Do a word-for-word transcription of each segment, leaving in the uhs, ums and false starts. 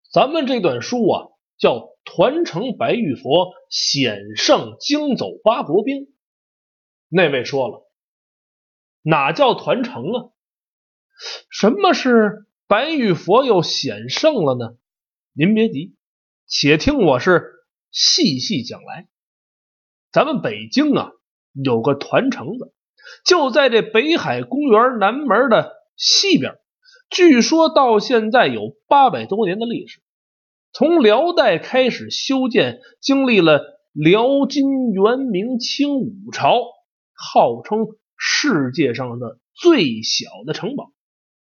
咱们这段书啊叫团城白玉佛险胜惊走八国兵。那位说了，哪叫团城啊？什么是白玉佛又险胜了呢？您别急，且听我是细细讲来。咱们北京啊有个团城子，就在这北海公园南门的西边，据说到现在有八百多年的历史。从辽代开始修建，经历了辽金元明清五朝，号称世界上的最小的城堡。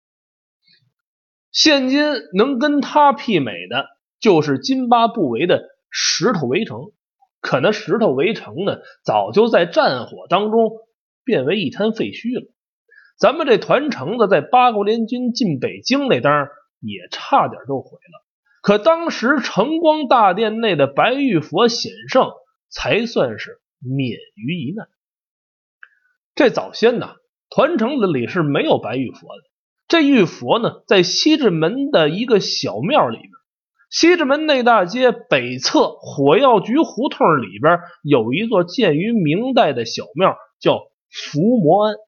现今能跟它媲美的就是津巴布韦的石头围城，可那石头围城呢，早就在战火当中变为一滩废墟了。咱们这团城子在八国联军进北京那当也差点就毁了，可当时承光大殿内的白玉佛险胜，才算是免于一难。这早先呢，团城子里是没有白玉佛的。这玉佛呢，在西直门的一个小庙里边。西直门内大街北侧火药局胡同里边有一座建于明代的小庙，叫伏魔庵。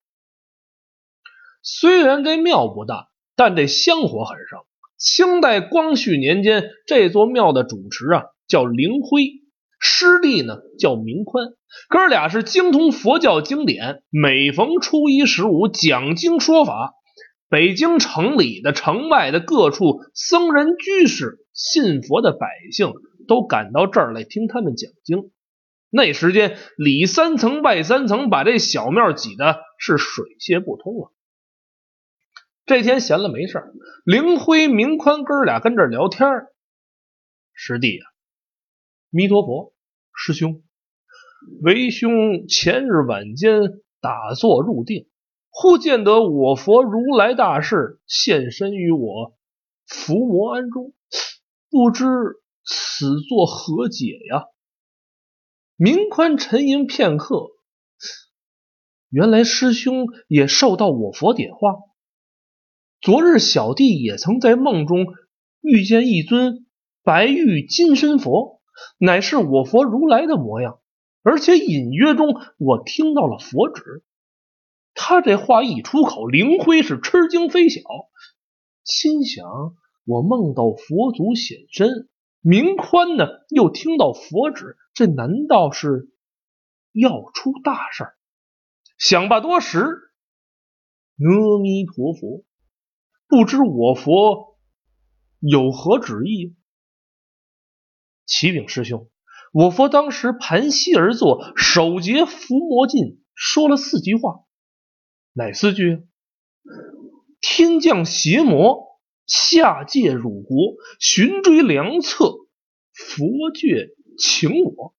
虽然这庙不大，但这香火很盛。清代光绪年间，这座庙的主持啊叫灵辉，师弟呢叫明宽，哥俩是精通佛教经典，每逢初一十五讲经说法。北京城里的城外的各处僧人居士信佛的百姓都赶到这儿来听他们讲经。那时间里三层外三层，把这小庙挤得是水泄不通了。这天闲了没事，灵辉明宽哥俩跟这儿聊天。师弟啊，弥陀佛，师兄，为兄前日晚间打坐入定，忽见得我佛如来大士现身于我伏魔庵中，不知此作何解呀？明宽沉吟片刻，原来师兄也受到我佛点化。昨日小弟也曾在梦中遇见一尊白玉金身佛，乃是我佛如来的模样，而且隐约中我听到了佛旨。他这话一出口，灵辉是吃惊非小，心想我梦到佛祖显身，明宽呢又听到佛旨，这难道是要出大事？想罢多时，阿弥陀佛，不知我佛有何旨意？启禀师兄，我佛当时盘膝而坐，手结伏魔禁，说了四句话。哪四句？天降邪魔，下界辱国，寻追良策，佛眷请我。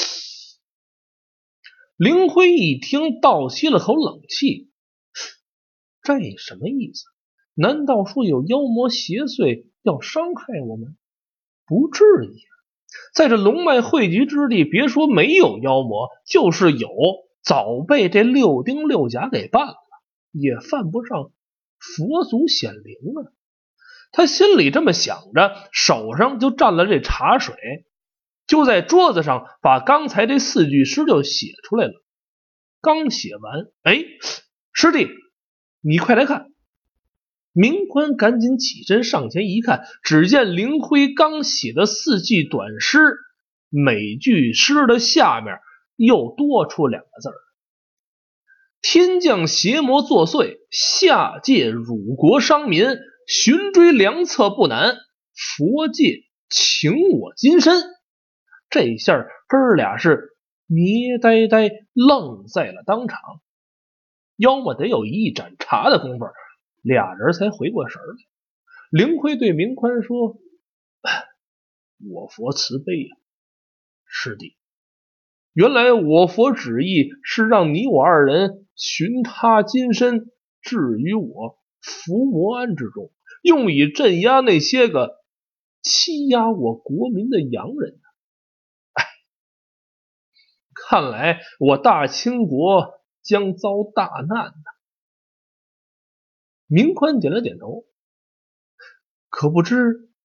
灵辉一听，倒吸了口冷气，这什么意思？难道说有妖魔邪祟要伤害我们？不至于，在这龙脉汇集之地，别说没有妖魔，就是有，早被这六丁六甲给办了，也犯不上佛祖显灵啊。他心里这么想着，手上就蘸了这茶水，就在桌子上把刚才这四句诗就写出来了。刚写完，哎，师弟，你快来看。明宽赶紧起身上前一看，只见灵辉刚写的四句短诗，每句诗的下面又多出两个字儿：天降邪魔作祟，下界辱国伤民，寻追良策不难，佛界请我金身。这下哥俩是捏呆呆愣在了当场，要么得有一盏茶的功夫，俩人才回过神来。灵辉对明宽说：我佛慈悲呀、啊，师弟，原来我佛旨意是让你我二人寻他金身，置于我伏魔庵之中，用以镇压那些个欺压我国民的洋人。哎，看来我大清国将遭大难呐。明宽点了点头，可不知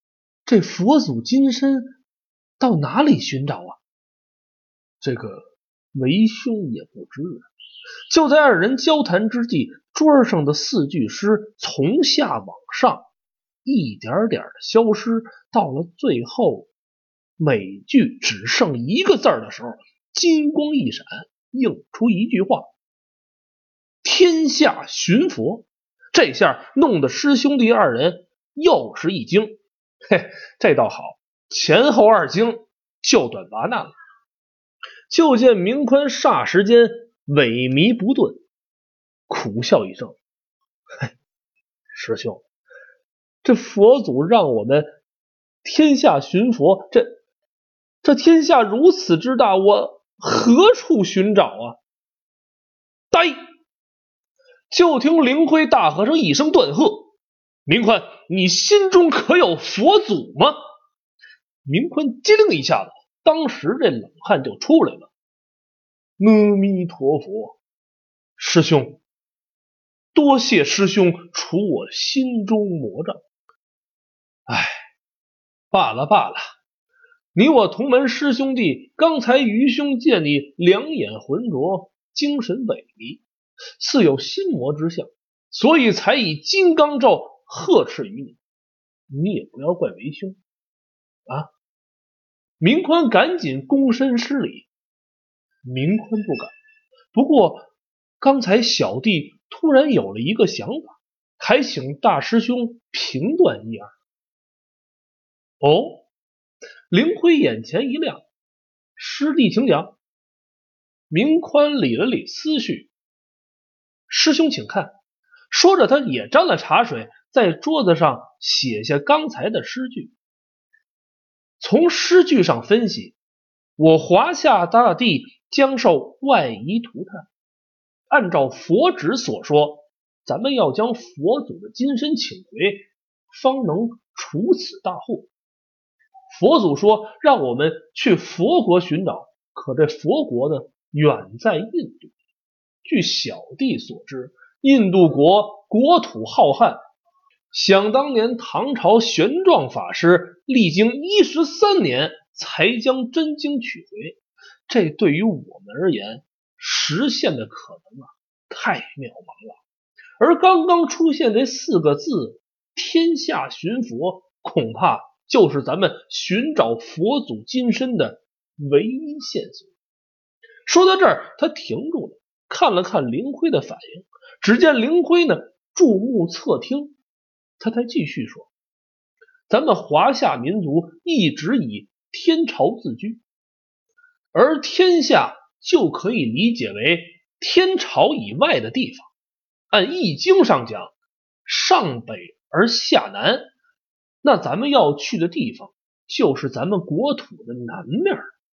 这佛祖金身到哪里寻找啊？这个为兄也不知啊。就在二人交谈之际，桌上的四句诗从下往上一点点的消失，到了最后每句只剩一个字的时候，金光一闪，映出一句话：天下寻佛。这下弄得师兄弟二人又是一惊。嘿，这倒好，前后二惊，就短乏难了。就见明宽霎时间萎靡不顿，苦笑一声：嘿，师兄，这佛祖让我们天下寻佛，这这天下如此之大，我何处寻找啊？呆！就听灵辉大和尚一声断喝：明宽，你心中可有佛祖吗？明宽机灵一下子，当时这冷汗就出来了。阿弥陀佛，师兄，多谢师兄除我心中魔障。哎，罢了罢了，你我同门师兄弟，刚才愚兄见你两眼浑浊，精神萎靡，似有心魔之相，所以才以金刚咒呵斥于你，你也不要怪为兄啊。明宽赶紧躬身施礼。明宽不敢，不过刚才小弟突然有了一个想法，还请大师兄评断一二。哦，灵辉眼前一亮，师弟请讲。明宽理了理思绪，师兄请看。说着他也沾了茶水，在桌子上写下刚才的诗句。从诗句上分析，我华夏大地将受外夷涂炭，按照佛旨所说，咱们要将佛祖的金身请回，方能除此大祸。佛祖说让我们去佛国寻找，可这佛国呢，远在印度。据小弟所知，印度国国土浩瀚，想当年唐朝玄奘法师历经一十三年才将真经取回，这对于我们而言，实现的可能啊，太渺茫了。而刚刚出现这四个字“天下寻佛”，恐怕就是咱们寻找佛祖金身的唯一线索。说到这儿，他停住了，看了看灵辉的反应，只见灵辉呢注目侧听，他才继续说：咱们华夏民族一直以天朝自居，而天下就可以理解为天朝以外的地方。按易经上讲，上北而下南，那咱们要去的地方就是咱们国土的南面。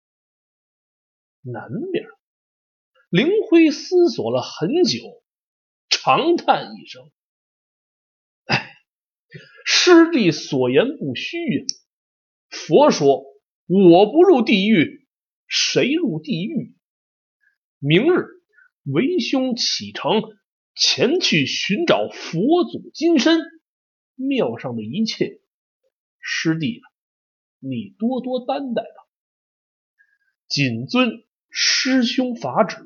南面。灵辉思索了很久，长叹一声：哎，师弟所言不虚呀。佛说我不入地狱，谁入地狱？明日为兄启程前去寻找佛祖金身，庙上的一切，师弟你多多担待吧。谨遵师兄法旨。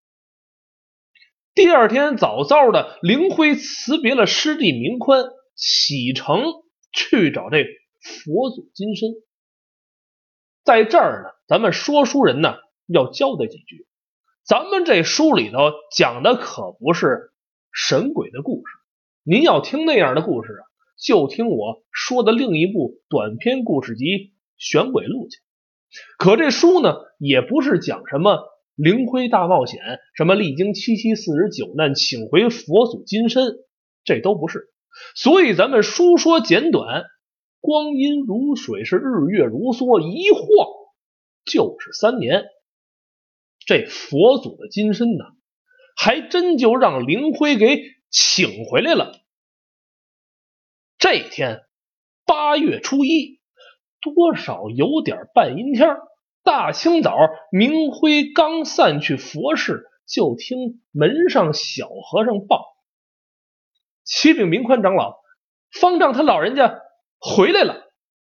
第二天早早的，灵辉辞别了师弟明宽，启程去找这佛祖金身。在这儿呢，咱们说书人呢要交代几句。咱们这书里头讲的可不是神鬼的故事，您要听那样的故事啊，就听我说的另一部短篇故事集《玄鬼录》去。可这书呢，也不是讲什么灵辉大冒险，什么历经七七四十九难请回佛祖金身，这都不是。所以咱们书说简短，光阴如水，是日月如梭，一晃就是三年。这佛祖的金身呢，还真就让灵辉给请回来了。这天八月初一，多少有点半阴天，大清早，明辉刚散去佛事，就听门上小和尚报：启禀明宽长老，方丈他老人家回来了。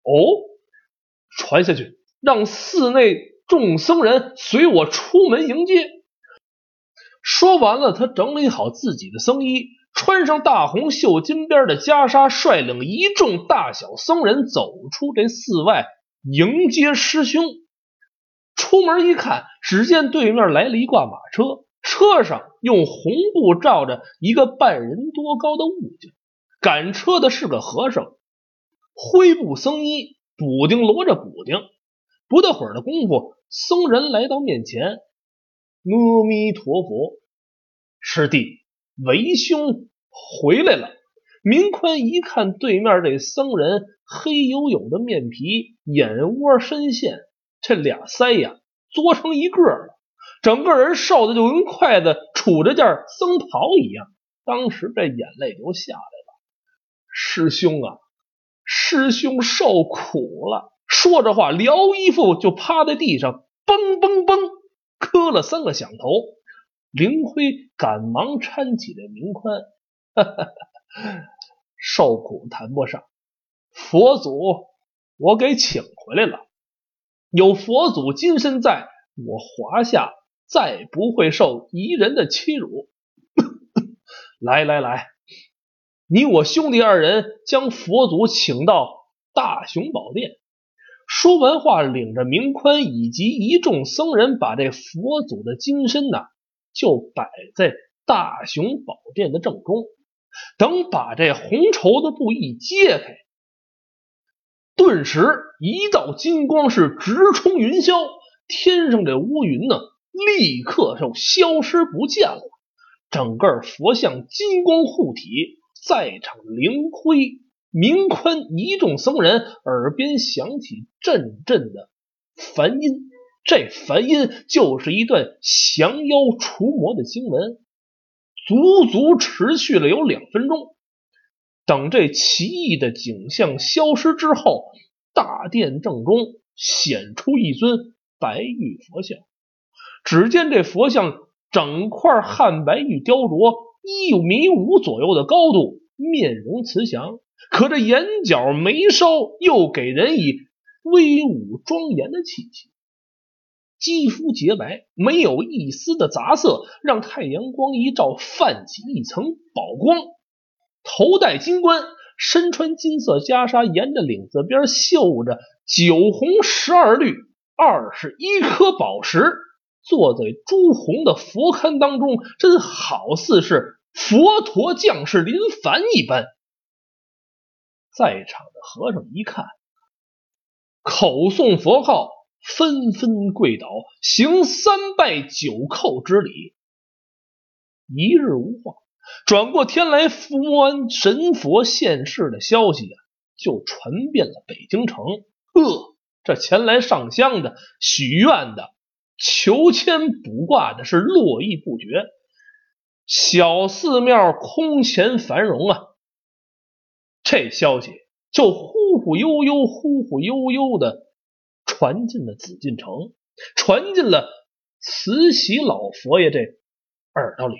哦，传下去，让寺内众僧人随我出门迎接。说完了，他整理好自己的僧衣，穿上大红绣金边的袈裟，率领一众大小僧人走出这寺外，迎接师兄。出门一看，只见对面来了一挂马车，车上用红布罩着一个半人多高的物件，赶车的是个和尚，灰布僧衣，补丁罗着补丁。不大会儿的功夫，僧人来到面前，阿弥陀佛，师弟，为兄回来了。明宽一看对面这僧人黑黝黝的面皮，眼窝深陷，这俩腮呀嘬成一个了，整个人瘦的就跟筷子杵着件僧袍一样，当时这眼泪就下来了。师兄啊，师兄受苦了。说着话，撩衣服就趴在地上，嘣嘣嘣磕了三个响头。灵辉赶忙搀起这明宽，哈哈哈，受苦谈不上，佛祖我给请回来了，有佛祖金身在，我华夏再不会受夷人的欺辱。来来来，你我兄弟二人将佛祖请到大雄宝殿。说完话，领着明宽以及一众僧人，把这佛祖的金身呐、啊，就摆在大雄宝殿的正中。等把这红绸的布一揭开，顿时一道金光是直冲云霄，天上这乌云呢，立刻就消失不见了。整个佛像金光护体，在场灵辉、明宽一众僧人耳边响起阵阵的梵音，这梵音就是一段降妖除魔的经文，足足持续了有两分钟。等这奇异的景象消失之后，大殿正中显出一尊白玉佛像。只见这佛像整块汉白玉雕琢，一米五左右的高度，面容慈祥，可这眼角眉梢又给人以威武庄严的气息。肌肤洁白，没有一丝的杂色，让太阳光一照，泛起一层宝光。头戴金冠，身穿金色袈裟，沿着领子边绣着九红十二绿二十一颗宝石，坐在朱红的佛龛当中，真好似是佛陀降世临凡一般。在场的和尚一看，口诵佛号，纷纷跪倒，行三拜九叩之礼。一日无话，转过天来，福摩安神佛现世的消息啊，就传遍了北京城。呵，这前来上香的、许愿的、求签卜卦的是络绎不绝，小寺庙空前繁荣啊。这消息就忽忽悠悠、忽忽悠悠的传进了紫禁城，传进了慈禧老佛爷这耳朵里。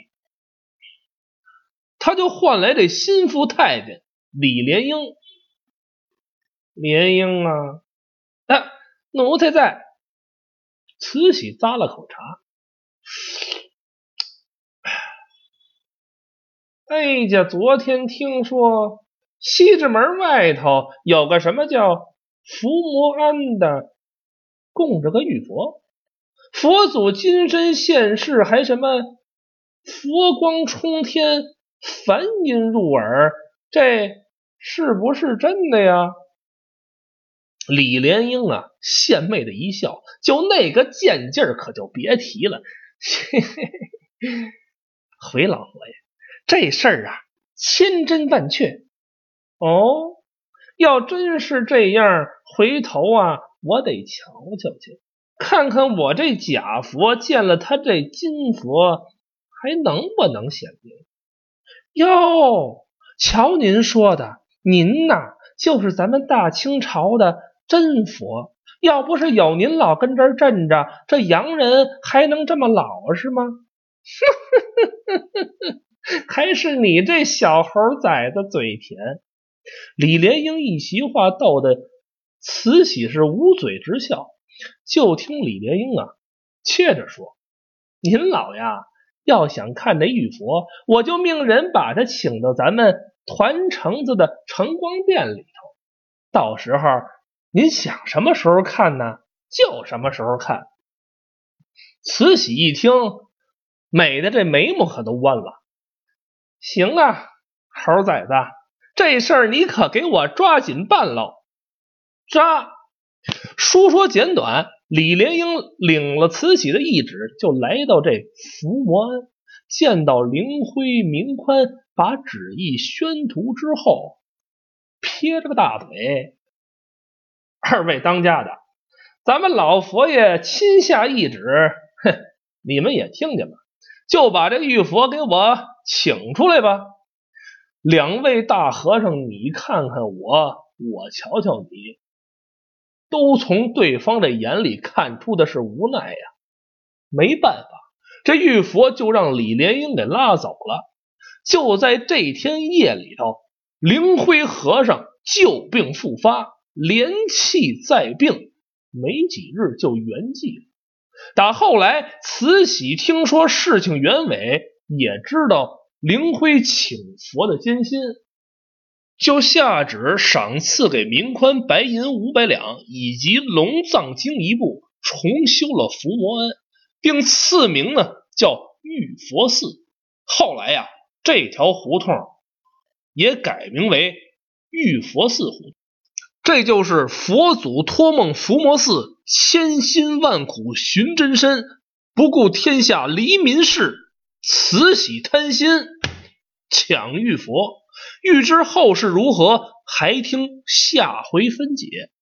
他就唤来这心腹太监李莲英。莲英啊，啊，奴才在。慈禧咂了口茶，哎呀，昨天听说西直门外头有个什么叫伏魔庵的，供着个玉佛，佛祖金身现世，还什么佛光冲天，梵音入耳，这是不是真的呀？李莲英啊，献媚的一笑，就那个贱劲儿可就别提了。回老佛爷，这事儿啊，千真万确。哦，要真是这样，回头啊，我得瞧瞧去，看看我这假佛见了他这金佛，还能不能显灵？哟，瞧您说的，您呐，就是咱们大清朝的真佛，要不是有您老跟这儿镇着，这洋人还能这么老实吗？还是你这小猴崽子嘴甜。李莲英一席话逗得慈禧是捂嘴直笑，就听李莲英啊接着说：“您老呀，要想看这玉佛，我就命人把他请到咱们团城子的承光殿里头，到时候您想什么时候看呢，就什么时候看。”慈禧一听，美的这眉毛可都弯了。行啊，猴崽子，这事儿你可给我抓紧办喽。抓！书说简短，李莲英领了慈禧的懿旨，就来到这伏魔庵，见到灵辉、明宽，把旨意宣读之后，撇着个大嘴：“二位当家的，咱们老佛爷亲下懿旨，哼，你们也听见了，就把这玉佛给我请出来吧。两位大和尚，你看看我，我瞧瞧你，都从对方的眼里看出的是无奈呀。没办法，这玉佛就让李莲英给拉走了。就在这天夜里头，灵辉和尚旧病复发，连气在病，没几日就圆寂了。打后来慈禧听说事情原委，也知道灵辉请佛的艰辛，就下旨赏赐给明宽白银五百两，以及龙藏经一部，重修了伏魔庵，并赐名呢叫玉佛寺。后来呀，这条胡同也改名为玉佛寺胡同。这就是佛祖托梦伏魔寺，千辛万苦寻真身，不顾天下黎民事，慈禧贪心抢玉佛。欲知后事如何，还听下回分解。